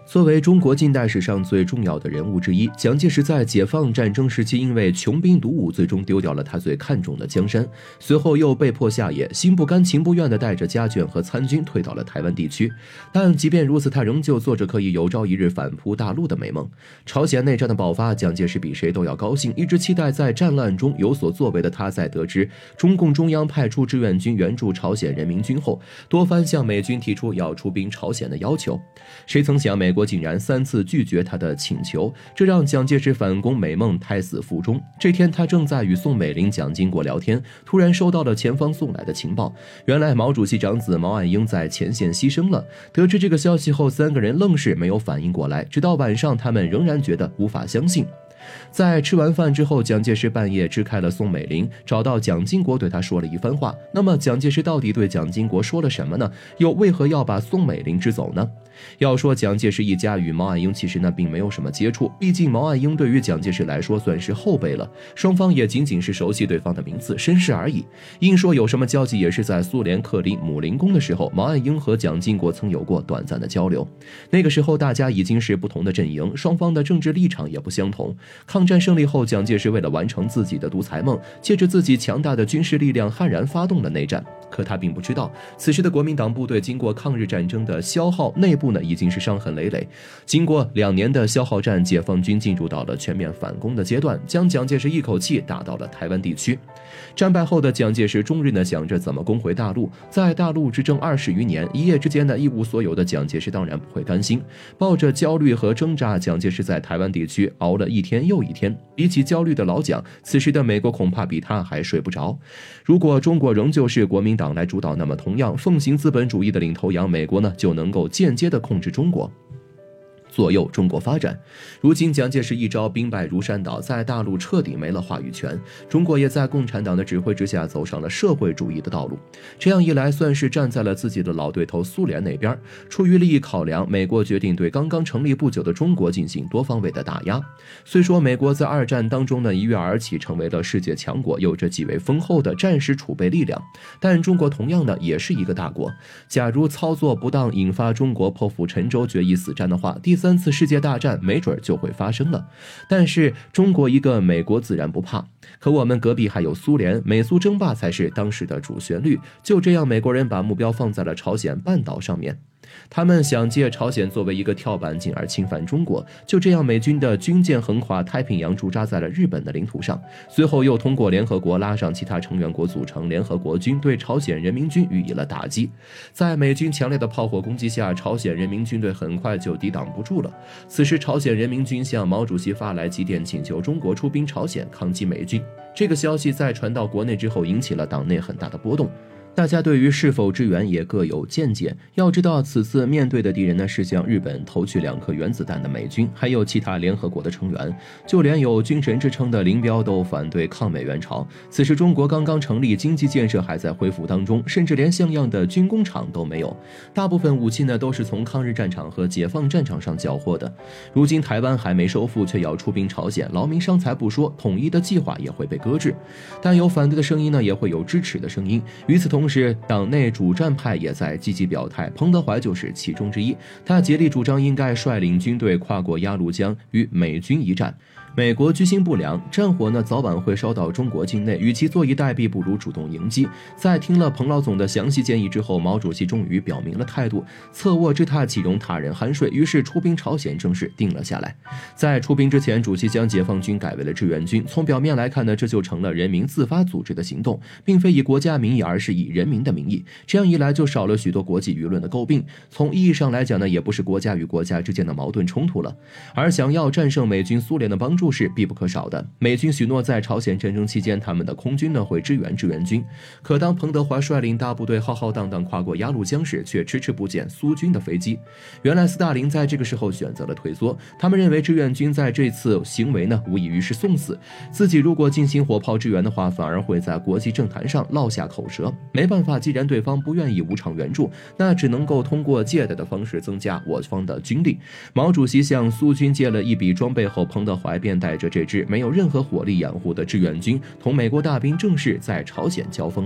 作为中国近代史上最重要的人物之一，蒋介石在解放战争时期因为穷兵黩武，最终丢掉了他最看重的江山，随后又被迫下野，心不甘情不愿地带着家眷和参军退到了台湾地区。但即便如此，他仍旧做着可以有朝一日反扑大陆的美梦。朝鲜内战的爆发，蒋介石比谁都要高兴，一直期待在战乱中有所作为的他，在得知中共中央派出志愿军援助朝鲜人民军后，多番向美军提出要出兵朝鲜的要求。谁曾想美国竟然3次拒绝他的请求，这让蒋介石反攻美梦胎死腹中。这天，他正在与宋美龄、蒋经国聊天，突然收到了前方送来的情报，原来毛主席长子毛岸英在前线牺牲了。得知这个消息后，3个人愣是没有反应过来，直到晚上，他们仍然觉得无法相信。在吃完饭之后，蒋介石半夜支开了宋美龄，找到蒋经国，对他说了一番话。那么蒋介石到底对蒋经国说了什么呢？又为何要把宋美龄支走呢？要说蒋介石一家与毛岸英其实并没有什么接触，毕竟毛岸英对于蒋介石来说算是后辈了，双方也仅仅是熟悉对方的名字身世而已。硬说有什么交集，也是在苏联克里姆林宫的时候，毛岸英和蒋经国曾有过短暂的交流。那个时候大家已经是不同的阵营，双方的政治立场也不相同。抗战胜利后，蒋介石为了完成自己的独裁梦，借着自己强大的军事力量悍然发动了内战。可他并不知道，此时的国民党部队经过抗日战争的消耗，内部已经是伤痕累累。经过2年的消耗战，解放军进入到了全面反攻的阶段，将蒋介石一口气打到了台湾地区。战败后的蒋介石终日想着怎么攻回大陆，在大陆执政20余年，一夜之间一无所有的蒋介石当然不会甘心，抱着焦虑和挣扎，蒋介石在台湾地区熬了一天又一天。比起焦虑的老蒋，此时的美国恐怕比他还睡不着。如果中国仍旧是国民党来主导，那么同样奉行资本主义的领头羊美国就能够间接的控制中国，左右中国发展。如今蒋介石一招兵败如山倒，在大陆彻底没了话语权，中国也在共产党的指挥之下走上了社会主义的道路。这样一来，算是站在了自己的老对头苏联那边。出于利益考量，美国决定对刚刚成立不久的中国进行多方位的打压。虽说美国在2战当中一跃而起，成为了世界强国，有着极为丰厚的战时储备力量，但中国同样也是一个大国。假如操作不当，引发中国破釜沉舟决一死战的话，第3次世界大战没准就会发生了。但是中国一个美国自然不怕，可我们隔壁还有苏联，美苏争霸才是当时的主旋律。就这样，美国人把目标放在了朝鲜半岛上面。他们想借朝鲜作为一个跳板，进而侵犯中国。就这样，美军的军舰横跨太平洋，驻扎在了日本的领土上。随后又通过联合国拉上其他成员国，组成联合国军，对朝鲜人民军予以了打击。在美军强烈的炮火攻击下，朝鲜人民军队很快就抵挡不住了。此时朝鲜人民军向毛主席发来急电，请求中国出兵朝鲜抗击美军。这个消息在传到国内之后，引起了党内很大的波动。大家对于是否支援也各有见解。要知道，此次面对的敌人是向日本投去2颗原子弹的美军，还有其他联合国的成员，就连有军神之称的林彪都反对抗美援朝。此时中国刚刚成立，经济建设还在恢复当中，甚至连像样的军工厂都没有。大部分武器都是从抗日战场和解放战场上缴获的。如今台湾还没收复，却要出兵朝鲜，劳民伤财不说，统一的计划也会被搁置。但有反对的声音也会有支持的声音。与此同时，党内主战派也在积极表态，彭德怀就是其中之一。他竭力主张应该率领军队跨过鸭绿江，与美军一战。美国居心不良，战火早晚会烧到中国境内，与其坐以待毙，不如主动迎击。在听了彭老总的详细建议之后，毛主席终于表明了态度，侧卧之榻岂容他人酣睡，于是出兵朝鲜正式定了下来。在出兵之前，主席将解放军改为了志愿军，从表面来看这就成了人民自发组织的行动，并非以国家名义，而是以人民的名义。这样一来，就少了许多国际舆论的诟病，从意义上来讲也不是国家与国家之间的矛盾冲突了。而想要战胜美军、苏联的帮助是必不可少的。美军许诺在朝鲜战争期间，他们的空军会支援志愿军。可当彭德怀率领大部队浩浩荡荡跨过鸭绿江时，却迟迟不见苏军的飞机。原来斯大林在这个时候选择了退缩，他们认为志愿军在这次行为无异于是送死，自己如果进行火炮支援的话，反而会在国际政坛上落下口舌。没办法，既然对方不愿意无偿援助，那只能够通过借贷的方式增加我方的军力。毛主席向苏军借了一笔装备后，彭德怀便带着这支没有任何火力掩护的志愿军，同美国大兵正式在朝鲜交锋了。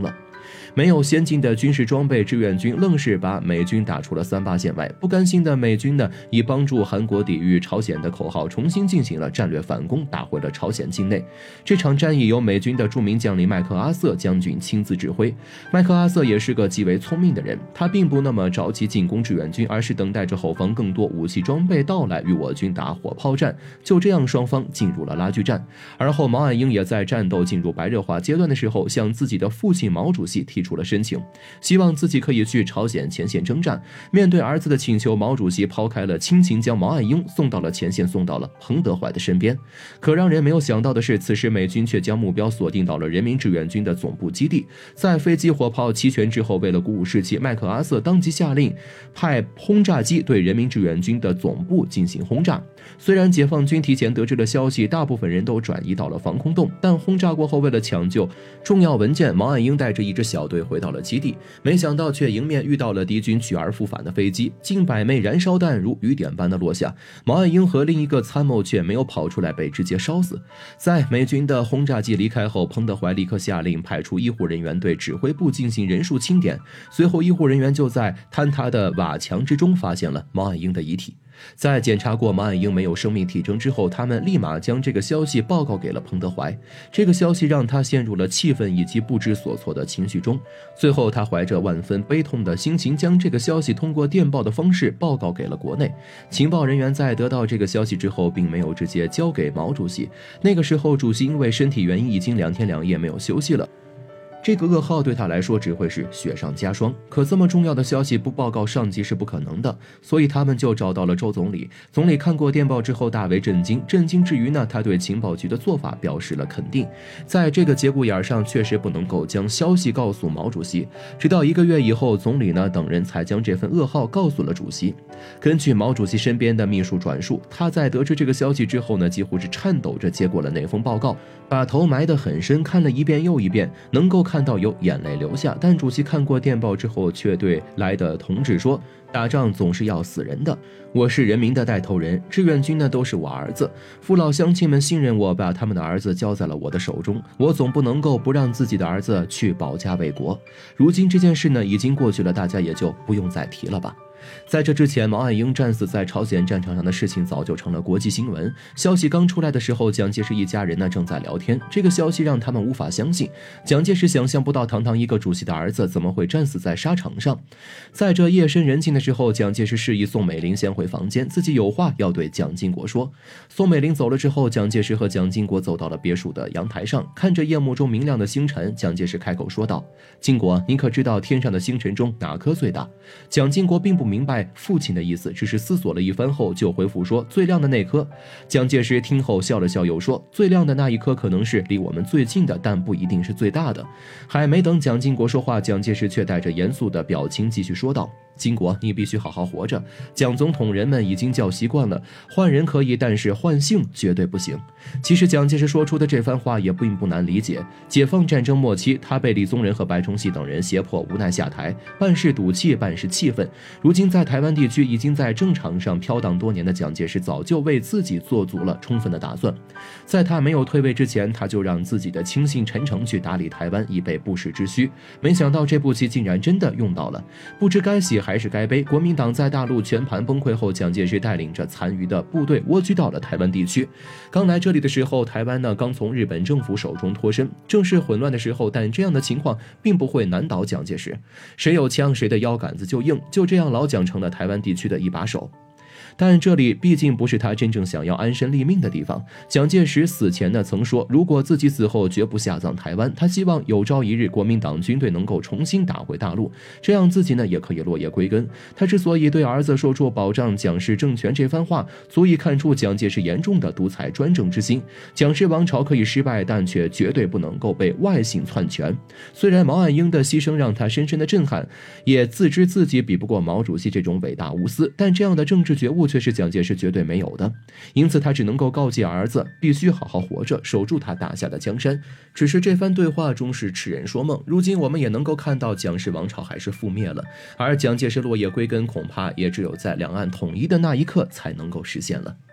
没有先进的军事装备，志愿军愣是把美军打出了3-8线外。不甘心的美军呢，以帮助韩国抵御朝鲜的口号，重新进行了战略反攻，打回了朝鲜境内。这场战役由美军的著名将领麦克阿瑟将军亲自指挥。麦克阿瑟也是个极为聪明的人，他并不那么着急进攻志愿军，而是等待着后方更多武器装备到来，与我军打火炮战。就这样，双方进入了拉锯战。而后毛岸英也在战斗进入白热化阶段的时候，向自己的父亲毛主席提出了申请，希望自己可以去朝鲜前线征战。面对儿子的请求，毛主席抛开了亲情，将毛岸英送到了前线，送到了彭德怀的身边。可让人没有想到的是，此时美军却将目标锁定到了人民志愿军的总部基地。在飞机火炮齐全之后，为了鼓舞士气，麦克阿瑟当即下令派轰炸机对人民志愿军的总部进行轰炸。虽然解放军提前得知了消息，大部分人都转移到了防空洞，但轰炸过后，为了抢救重要文件，毛岸英带着一支小队回到了基地，没想到却迎面遇到了敌军去而复返的飞机，近百枚燃烧弹如雨点般的落下，毛岸英和另一个参谋却没有跑出来，被直接烧死。在美军的轰炸机离开后，彭德怀立刻下令派出医护人员对指挥部进行人数清点，随后医护人员就在坍塌的瓦墙之中发现了毛岸英的遗体。在检查过毛岸英没有生命体征之后，他们立马将这个消息报告给了彭德怀。这个消息让他陷入了气愤以及不知所措的情绪中。最后，他怀着万分悲痛的心情，将这个消息通过电报的方式报告给了国内。情报人员在得到这个消息之后，并没有直接交给毛主席。那个时候，主席因为身体原因已经2天2夜没有休息了。这个噩耗对他来说只会是雪上加霜，可这么重要的消息不报告上级是不可能的，所以他们就找到了周总理。总理看过电报之后大为震惊，震惊之余呢，他对情报局的做法表示了肯定。在这个节骨眼上，确实不能够将消息告诉毛主席。直到1个月以后，总理呢等人才将这份噩耗告诉了主席。根据毛主席身边的秘书转述，他在得知这个消息之后呢，几乎是颤抖着接过了那封报告，把头埋得很深，看了一遍又一遍，能够看到有眼泪流下。但主席看过电报之后，却对来的同志说，打仗总是要死人的，我是人民的带头人，志愿军呢都是我儿子，父老乡亲们信任我，把他们的儿子交在了我的手中，我总不能够不让自己的儿子去保家卫国。如今这件事呢已经过去了，大家也就不用再提了吧。在这之前，毛岸英战死在朝鲜战场上的事情早就成了国际新闻。消息刚出来的时候，蒋介石一家人呢正在聊天，这个消息让他们无法相信。蒋介石想象不到堂堂一个主席的儿子怎么会战死在沙场上。在这夜深人静的时候，蒋介石示意宋美龄先回房间，自己有话要对蒋经国说。宋美龄走了之后，蒋介石和蒋经国走到了别墅的阳台上，看着夜幕中明亮的星辰，蒋介石开口说道，经国，你可知道天上的星辰中哪颗最大？蒋经国并不明白父亲的意思，只是思索了一番后就回复说，最亮的那颗。蒋介石听后笑了笑，又说，最亮的那一颗可能是离我们最近的，但不一定是最大的。还没等蒋经国说话，蒋介石却带着严肃的表情继续说道，经国，你必须好好活着，蒋总统人们已经叫习惯了，换人可以，但是换姓绝对不行。其实蒋介石说出的这番话也并不难理解，解放战争末期，他被李宗仁和白崇禧等人胁迫，无奈下台，办事赌气，办事气愤。如今在台湾地区已经在政场上飘荡多年的蒋介石，早就为自己做足了充分的打算。在他没有退位之前，他就让自己的亲信陈诚去打理台湾，以备不时之需。没想到这步棋竟然真的用到了，不知该喜还是该悲。国民党在大陆全盘崩溃后，蒋介石带领着残余的部队蜗居到了台湾地区。刚来这里的时候，台湾呢刚从日本政府手中脱身，正是混乱的时候，但这样的情况并不会难倒蒋介石，谁有枪谁的腰杆子就硬，就这样老蒋成了台湾地区的一把手。但这里毕竟不是他真正想要安身立命的地方。蒋介石死前呢曾说，如果自己死后绝不下葬台湾，他希望有朝一日国民党军队能够重新打回大陆，这样自己呢也可以落叶归根。他之所以对儿子说出保障蒋氏政权这番话，足以看出蒋介石严重的独裁专政之心。蒋氏王朝可以失败，但却绝对不能够被外姓篡权。虽然毛岸英的牺牲让他深深的震撼，也自知自己比不过毛主席这种伟大无私，但这样的政治觉悟却是蒋介石绝对没有的，因此他只能够告诫儿子必须好好活着，守住他打下的江山。只是这番对话终是痴人说梦，如今我们也能够看到蒋氏王朝还是覆灭了，而蒋介石落叶归根恐怕也只有在两岸统一的那一刻才能够实现了。